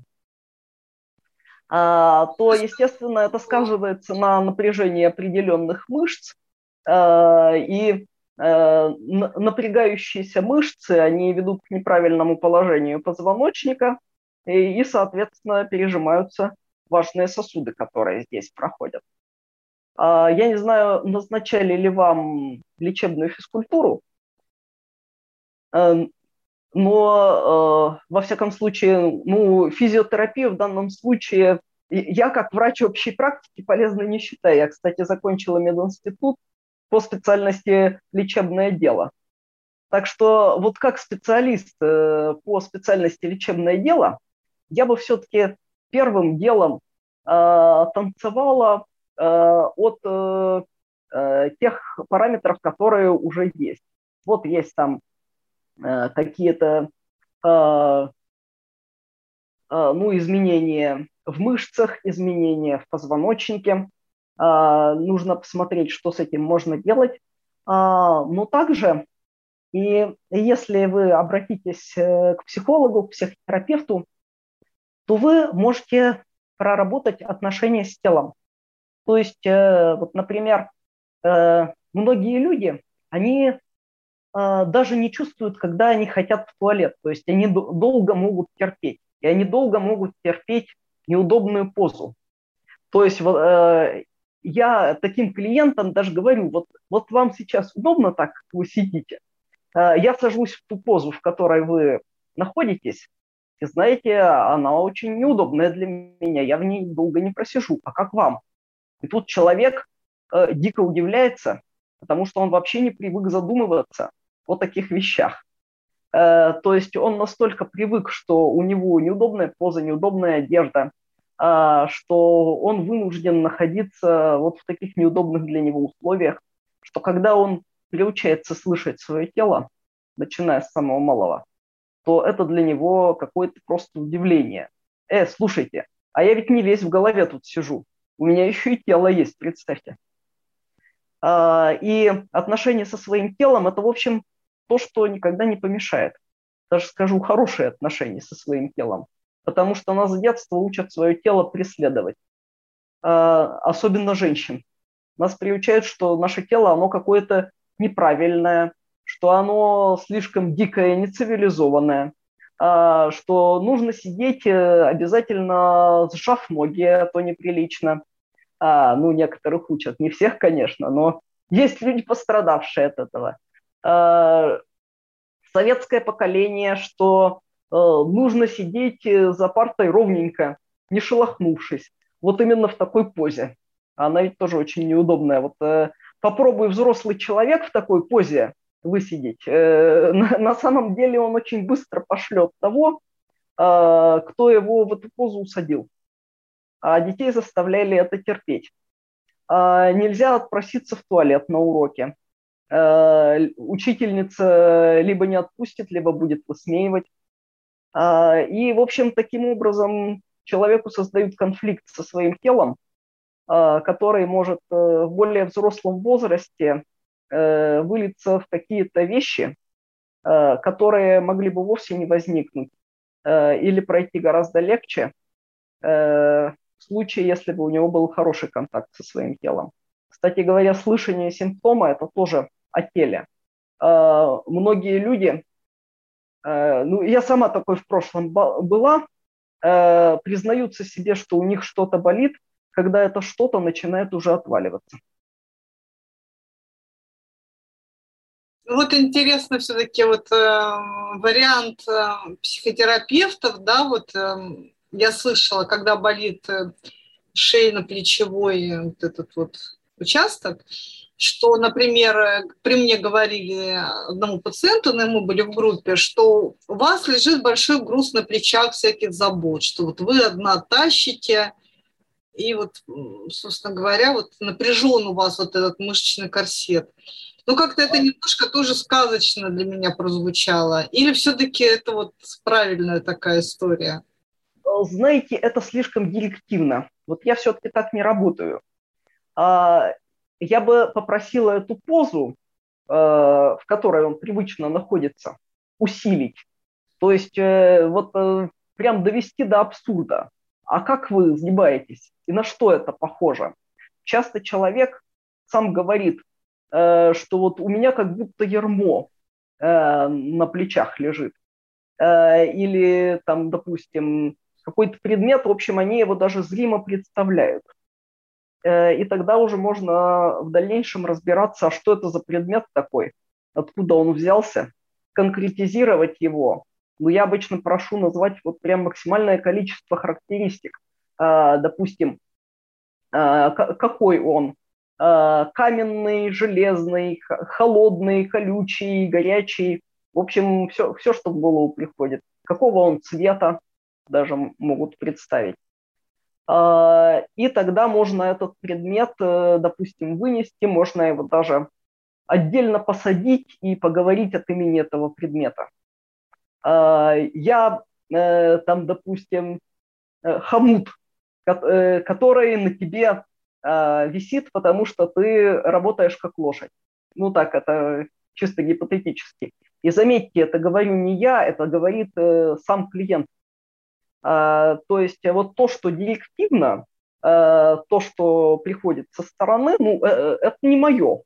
то, естественно, это сказывается на напряжении определенных мышц, и напрягающиеся мышцы, они ведут к неправильному положению позвоночника, и соответственно, пережимаются важные сосуды, которые здесь проходят. Я не знаю, назначали ли вам лечебную физкультуру, но, во всяком случае, физиотерапию в данном случае я, как врач общей практики, полезной не считаю. Я, кстати, закончила мединститут по специальности лечебное дело. Так что вот как специалист по специальности лечебное дело, я бы все-таки первым делом танцевала от тех параметров, которые уже есть. Вот есть там какие-то изменения в мышцах, изменения в позвоночнике. Нужно посмотреть, что с этим можно делать. Но также, и если вы обратитесь к психологу, к психотерапевту, то вы можете проработать отношения с телом. То есть, вот, например, многие люди, они даже не чувствуют, когда они хотят в туалет. То есть они долго могут терпеть. И они долго могут терпеть неудобную позу. То есть я таким клиентам даже говорю, вот вам сейчас удобно так, как вы сидите. Я сажусь в ту позу, в которой вы находитесь. И знаете, она очень неудобная для меня. Я в ней долго не просижу. А как вам? И тут человек дико удивляется, потому что он вообще не привык задумываться о таких вещах. То есть он настолько привык, что у него неудобная поза, неудобная одежда, что он вынужден находиться вот в таких неудобных для него условиях, что когда он приучается слышать свое тело, начиная с самого малого, то это для него какое-то просто удивление. Слушайте, а я ведь не весь в голове тут сижу, у меня еще и тело есть, представьте. И отношения со своим телом – это, в общем, то, что никогда не помешает. Даже скажу, хорошие отношения со своим телом. Потому что нас с детства учат свое тело преследовать. Особенно женщин. Нас приучают, что наше тело, оно какое-то неправильное, что оно слишком дикое, нецивилизованное, что нужно сидеть обязательно сжав ноги, а то неприлично. Некоторых учат, не всех, конечно, но есть люди, пострадавшие от этого. Советское поколение, что нужно сидеть за партой ровненько, не шелохнувшись. Вот именно в такой позе. Она ведь тоже очень неудобная. Вот попробуй взрослый человек в такой позе высидеть. На самом деле он очень быстро пошлет того, кто его в эту позу усадил. А детей заставляли это терпеть. Нельзя отпроситься в туалет на уроке. Учительница либо не отпустит, либо будет высмеивать. И, в общем, таким образом человеку создают конфликт со своим телом, который может в более взрослом возрасте вылиться в какие-то вещи, которые могли бы вовсе не возникнуть или пройти гораздо легче в случае, если бы у него был хороший контакт со своим телом. Кстати говоря, слышание симптома – это тоже о теле. Многие люди, я сама такой в прошлом была, признаются себе, что у них что-то болит, когда это что-то начинает уже отваливаться. Вот интересно все-таки вариант психотерапевтов, да, я слышала, когда болит шейно-плечевой вот этот вот участок, что, например, при мне говорили одному пациенту, но мы были в группе, что у вас лежит большой груз на плечах всяких забот, что вот вы одна тащите, и собственно говоря, напряжен у вас вот этот мышечный корсет. Как-то это немножко тоже сказочно для меня прозвучало. Или все-таки это правильная такая история? Знаете, это слишком директивно. Вот я все-таки так не работаю. Я бы попросила эту позу, в которой он привычно находится, усилить. То есть прям довести до абсурда. А как вы сгибаетесь? И на что это похоже? Часто человек сам говорит, что вот у меня как будто ярмо на плечах лежит. Или там, допустим, какой-то предмет, в общем, они его даже зримо представляют. И тогда уже можно в дальнейшем разбираться, а что это за предмет такой, откуда он взялся, конкретизировать его. Но я обычно прошу назвать вот прям максимальное количество характеристик. Допустим, какой он? Каменный, железный, холодный, колючий, горячий. В общем, все, что в голову приходит. Какого он цвета, даже могут представить. И тогда можно этот предмет, допустим, вынести, можно его даже отдельно посадить и поговорить от имени этого предмета. Я там, допустим, хомут, который на тебе висит, потому что ты работаешь как лошадь. Ну так, это чисто гипотетически. И заметьте, это говорю не я, это говорит сам клиент. То есть вот то, что директивно, то, что приходит со стороны, ну, это не мое.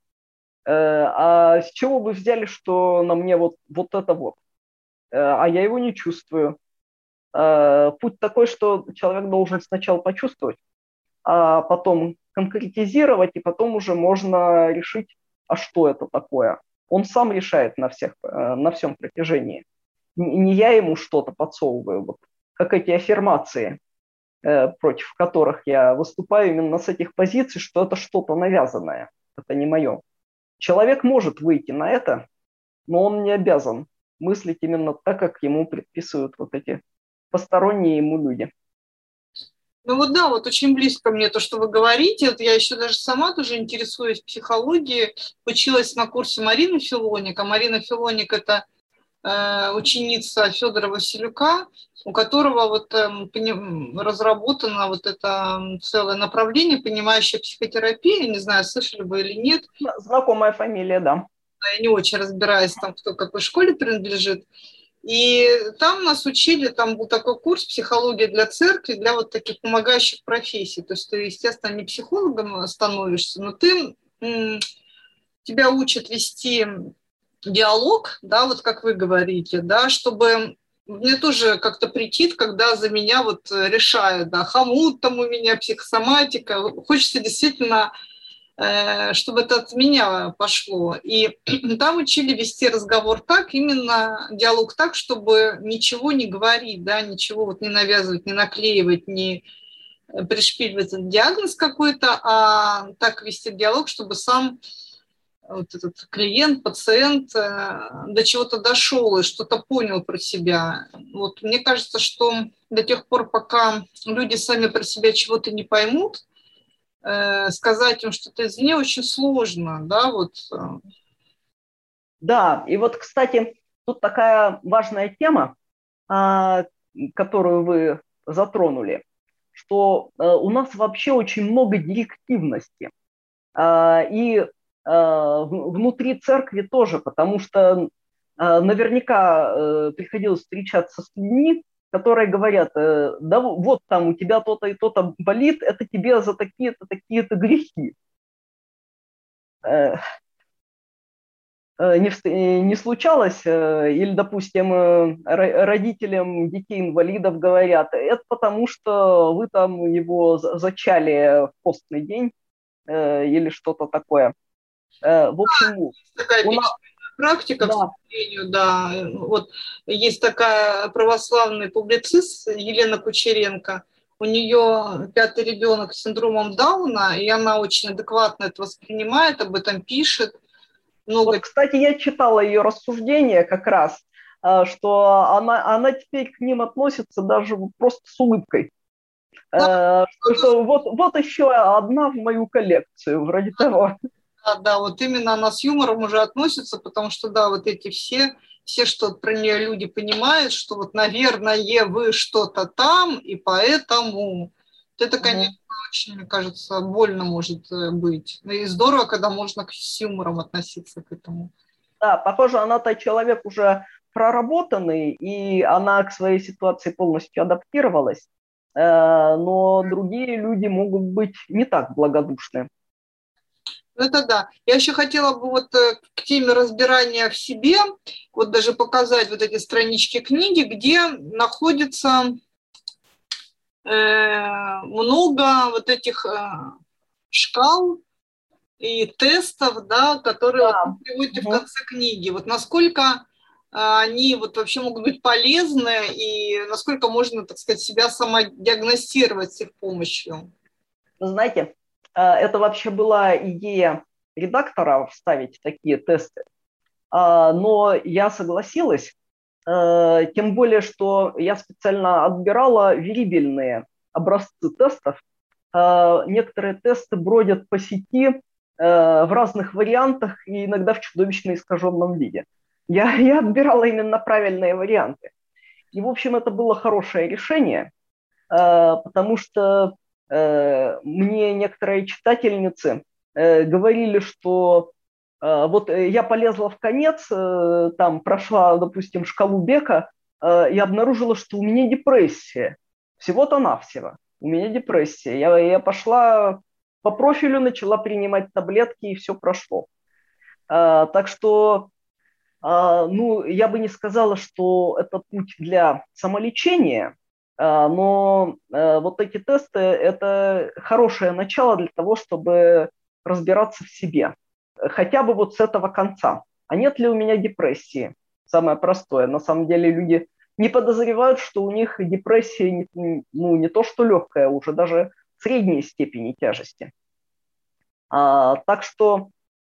А с чего вы взяли, что на мне вот это вот? А я его не чувствую. Путь такой, что человек должен сначала почувствовать, а потом конкретизировать, и потом уже можно решить, а что это такое. Он сам решает на всем протяжении. Не я ему что-то подсовываю, вот, как эти аффирмации, против которых я выступаю именно с этих позиций, что это что-то навязанное, это не мое. Человек может выйти на это, но он не обязан мыслить именно так, как ему предписывают вот эти посторонние ему люди. Ну вот да, вот очень близко мне то, что вы говорите. Вот я еще даже сама тоже интересуюсь психологией, училась на курсе Марины Филоник. А Марина Филоник – это ученица Федора Василюка, у которого вот разработано вот это целое направление, понимающая психотерапия. Не знаю, слышали вы или нет. Знакомая фамилия, да. Я не очень разбираюсь, там, кто к какой школе принадлежит. И там нас учили, там был такой курс «Психология для церкви», для вот таких помогающих профессий. То есть ты, естественно, не психологом становишься, но тебя учат вести диалог, да, вот как вы говорите, да, чтобы мне тоже как-то претит, когда за меня вот решают, да, хомут там у меня, психосоматика. Хочется действительно, чтобы это от меня пошло. И там учили вести разговор так, именно диалог так, чтобы ничего не говорить, да, ничего вот не навязывать, не наклеивать, не пришпиливать этот диагноз какой-то, а так вести диалог, чтобы сам вот этот клиент, пациент до чего-то дошел и что-то понял про себя. Вот мне кажется, что до тех пор, пока люди сами про себя чего-то не поймут, сказать им что-то извне очень сложно, да, вот. Да, и вот, кстати, тут такая важная тема, которую вы затронули, что у нас вообще очень много директивности. И внутри церкви тоже, потому что наверняка приходилось встречаться с людьми, которые говорят, да вот там у тебя то-то и то-то болит, это тебе за такие-то, такие-то грехи. Не случалось, или, допустим, родителям детей-инвалидов говорят, это потому что вы там его зачали в постный день или что-то такое. В общем, такая практика, да. К сожалению, да. Вот есть такая православный публицист Елена Кучеренко. У нее 5-й ребенок с синдромом Дауна, и она очень адекватно это воспринимает, об этом пишет. Вот, кстати, я читала ее рассуждения как раз, что она теперь к ним относится даже просто с улыбкой. Да. Что вот еще одна в мою коллекцию, вроде того. Да, да, вот именно она с юмором уже относится, потому что, да, вот эти все, что про нее люди понимают, что вот, наверное, вы что-то там, и поэтому это, конечно, очень, мне кажется, больно может быть. Ну и здорово, когда можно с юмором относиться к этому. Да, похоже, она-то человек уже проработанный, и она к своей ситуации полностью адаптировалась, но другие люди могут быть не так благодушны. Это да. Я еще хотела бы вот к теме разбирания в себе, вот даже показать вот эти странички книги, где находится много вот этих шкал и тестов, да, которые Да. вот вы приводите в конце книги. Вот насколько они вот вообще могут быть полезны и насколько можно, так сказать, себя самодиагностировать с их помощью. Знаете, это вообще была идея редактора вставить такие тесты, но я согласилась, тем более, что я специально отбирала верибельные образцы тестов. Некоторые тесты бродят по сети в разных вариантах и иногда в чудовищно искаженном виде. Я отбирала именно правильные варианты. И, в общем, это было хорошее решение, потому что мне некоторые читательницы говорили, что вот я полезла в конец, там прошла, допустим, шкалу Бека и обнаружила, что у меня депрессия. Всего-то навсего. У меня депрессия. Я пошла по профилю, начала принимать таблетки, и все прошло. Так что, ну, я бы не сказала, что это путь для самолечения, но вот эти тесты – это хорошее начало для того, чтобы разбираться в себе. Хотя бы вот с этого конца. А нет ли у меня депрессии? Самое простое. На самом деле люди не подозревают, что у них депрессия не то что легкая, уже даже средней степени тяжести. Так что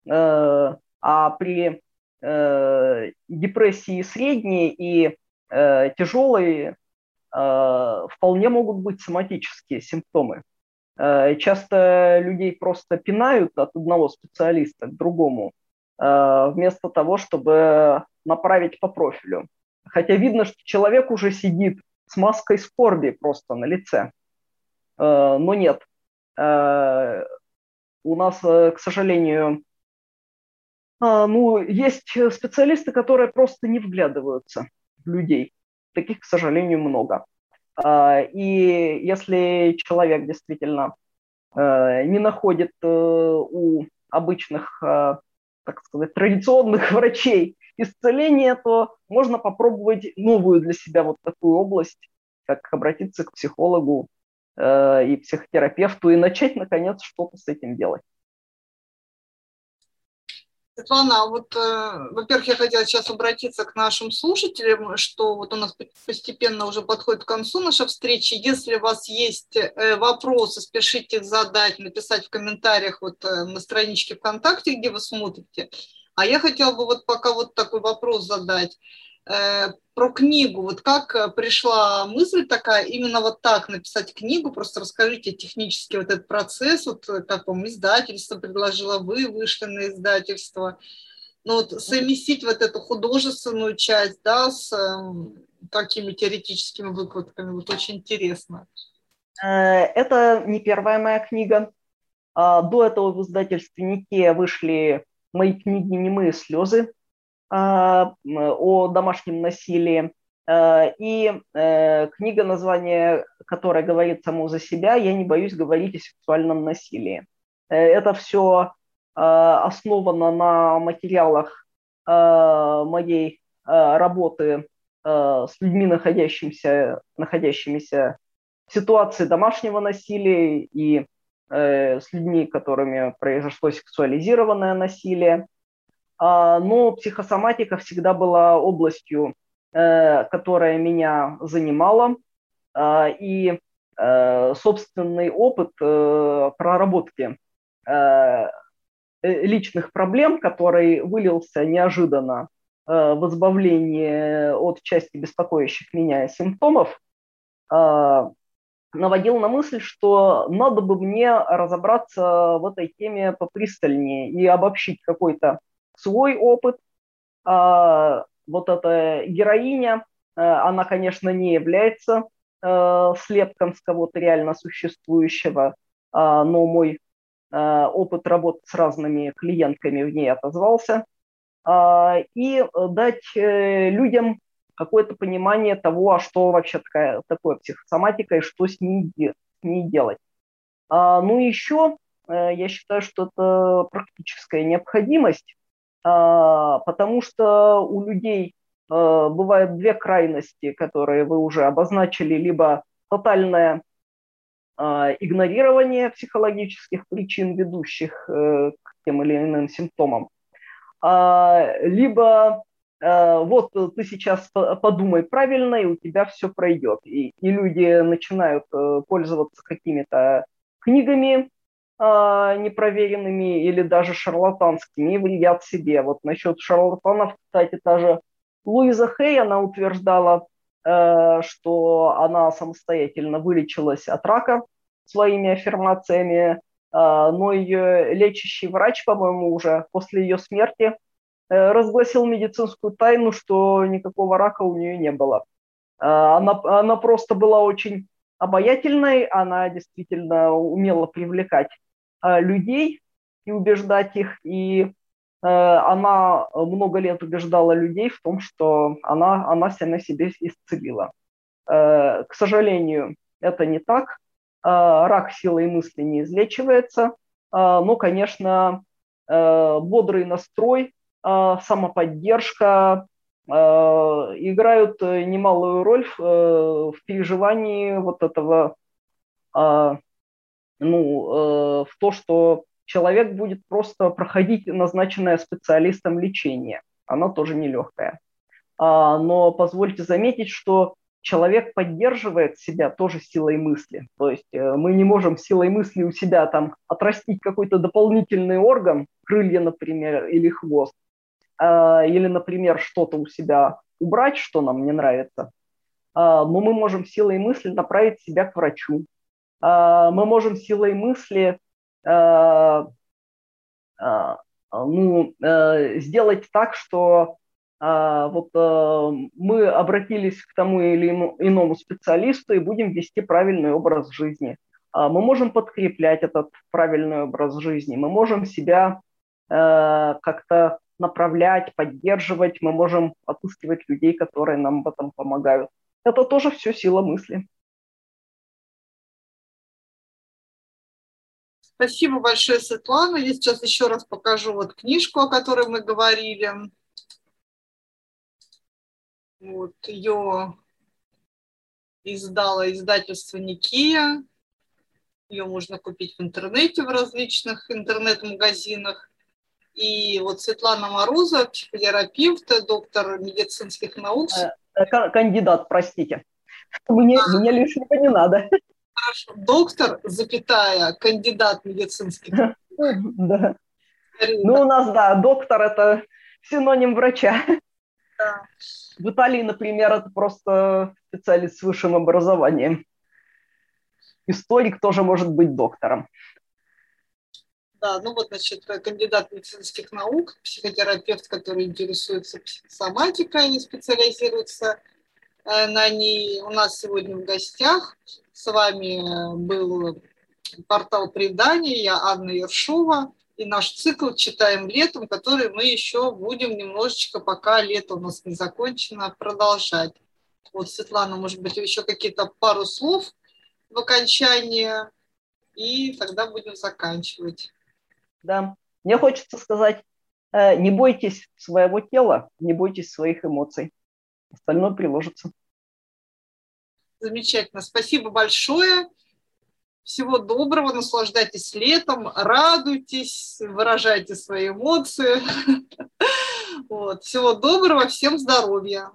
при депрессии средней и тяжелой вполне могут быть соматические симптомы. Часто людей просто пинают от одного специалиста к другому, вместо того, чтобы направить по профилю. Хотя видно, что человек уже сидит с маской скорби просто на лице. Но нет. У нас, к сожалению, есть специалисты, которые просто не вглядываются в людей. Таких, к сожалению, много. И если человек действительно не находит у обычных, так сказать, традиционных врачей исцеления, то можно попробовать новую для себя вот такую область, как обратиться к психологу и психотерапевту и начать, наконец, что-то с этим делать. Светлана, вот, во-первых, я хотела сейчас обратиться к нашим слушателям, что вот у нас постепенно уже подходит к концу наша встреча. Если у вас есть вопросы, спешите их задать, написать в комментариях вот на страничке ВКонтакте, где вы смотрите. А я хотела бы вот пока вот такой вопрос задать. Про книгу. Вот как пришла мысль такая, именно вот так написать книгу? Просто расскажите технически вот этот процесс, вот как вам издательство предложило, вы вышли на издательство. Ну вот совместить вот эту художественную часть, да, с такими теоретическими выкладками, вот очень интересно. Это не первая моя книга. До этого в издательстве Никея вышли мои книги «Немые слезы» о домашнем насилии. И книга, название которой говорит само за себя, «Я не боюсь говорить о сексуальном насилии». Это все основано на материалах моей работы с людьми, находящимися в ситуации домашнего насилия и с людьми, которыми произошло сексуализированное насилие. Но психосоматика всегда была областью, которая меня занимала, и собственный опыт проработки личных проблем, который вылился неожиданно в избавление от части беспокоящих меня симптомов, наводил на мысль, что надо бы мне разобраться в этой теме попристальнее и обобщить какой-то свой опыт. Вот эта героиня, она, конечно, не является слепком с кого-то реально существующего, но мой опыт работы с разными клиентками в ней отозвался. И дать людям какое-то понимание того, а что вообще такое психосоматика и что с ней делать. Ну и еще я считаю, что это практическая необходимость, потому что у людей бывают две крайности, которые вы уже обозначили, либо тотальное игнорирование психологических причин, ведущих к тем или иным симптомам, либо вот ты сейчас подумай правильно, и у тебя все пройдет. И люди начинают пользоваться какими-то книгами непроверенными или даже шарлатанскими и вредят себе. Вот насчет шарлатанов, кстати, та же Луиза Хей, она утверждала, что она самостоятельно вылечилась от рака своими аффирмациями, но ее лечащий врач, по-моему, уже после ее смерти разгласил медицинскую тайну, что никакого рака у нее не было. Она просто была очень обаятельной, она действительно умела привлекать людей и убеждать их, и она много лет убеждала людей в том, что она сама себя исцелила. К сожалению, это не так. Рак силой мысли не излечивается, но, конечно, бодрый настрой, самоподдержка играют немалую роль в переживании вот этого, в то, что человек будет просто проходить назначенное специалистом лечение. Оно тоже нелегкое. Но позвольте заметить, что человек поддерживает себя тоже силой мысли. То есть мы не можем силой мысли у себя там отрастить какой-то дополнительный орган, крылья, например, или хвост, или, например, что-то у себя убрать, что нам не нравится. Но мы можем силой мысли направить себя к врачу. Мы можем силой мысли сделать так, что мы обратились к тому или иному специалисту и будем вести правильный образ жизни. Мы можем подкреплять этот правильный образ жизни, мы можем себя как-то направлять, поддерживать, мы можем отыскивать людей, которые нам в этом помогают. Это тоже все сила мысли. Спасибо большое, Светлана. Я сейчас еще раз покажу вот книжку, о которой мы говорили. Вот ее издало издательство Никея. Ее можно купить в интернете, в различных интернет-магазинах. И вот Светлана Морозова, психотерапевт, доктор медицинских наук. Кандидат, простите. Мне лишнего не надо. Хорошо. Доктор, кандидат медицинских наук. Да. Ну, у нас, да, доктор – это синоним врача. Да. В Италии, например, это просто специалист с высшим образованием. Историк тоже может быть доктором. Да, ну вот, значит, кандидат медицинских наук, психотерапевт, который интересуется психосоматикой и специализируется на ней. У нас сегодня в гостях с вами был портал «Предания», я Анна Ершова, и наш цикл «Читаем летом», который мы еще будем немножечко, пока лето у нас не закончено, продолжать. Вот, Светлана, может быть, еще какие-то пару слов в окончание, и тогда будем заканчивать. Да, мне хочется сказать, не бойтесь своего тела, не бойтесь своих эмоций. Остальное приложится. Замечательно. Спасибо большое. Всего доброго. Наслаждайтесь летом, радуйтесь, выражайте свои эмоции. Вот. Всего доброго, всем здоровья.